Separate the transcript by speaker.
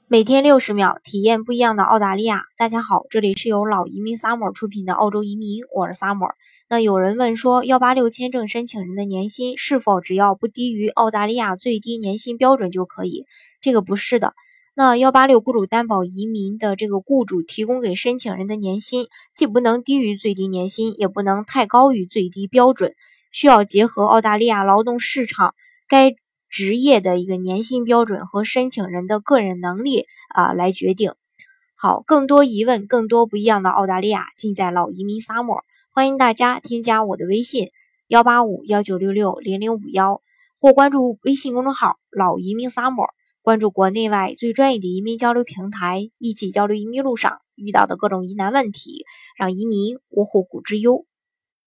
Speaker 1: 每天60秒，体验不一样的澳大利亚。大家好，这里是由老移民 Summer 出品的澳洲移民，我是 Summer。那有人问说，186签证申请人的年薪是否只要不低于澳大利亚最低年薪标准就可以？这个不是的。那186雇主担保移民的这个雇主提供给申请人的年薪，既不能低于最低年薪，也不能太高于最低标准，需要结合澳大利亚劳动市场该职业的一个年薪标准和申请人的个人能力来决定。好，更多疑问，更多不一样的澳大利亚，尽在老移民 Summer。欢迎大家添加我的微信18519660051，或关注微信公众号老移民 Summer， 关注国内外最专业的移民交流平台，一起交流移民路上遇到的各种疑难问题，让移民无后顾之忧。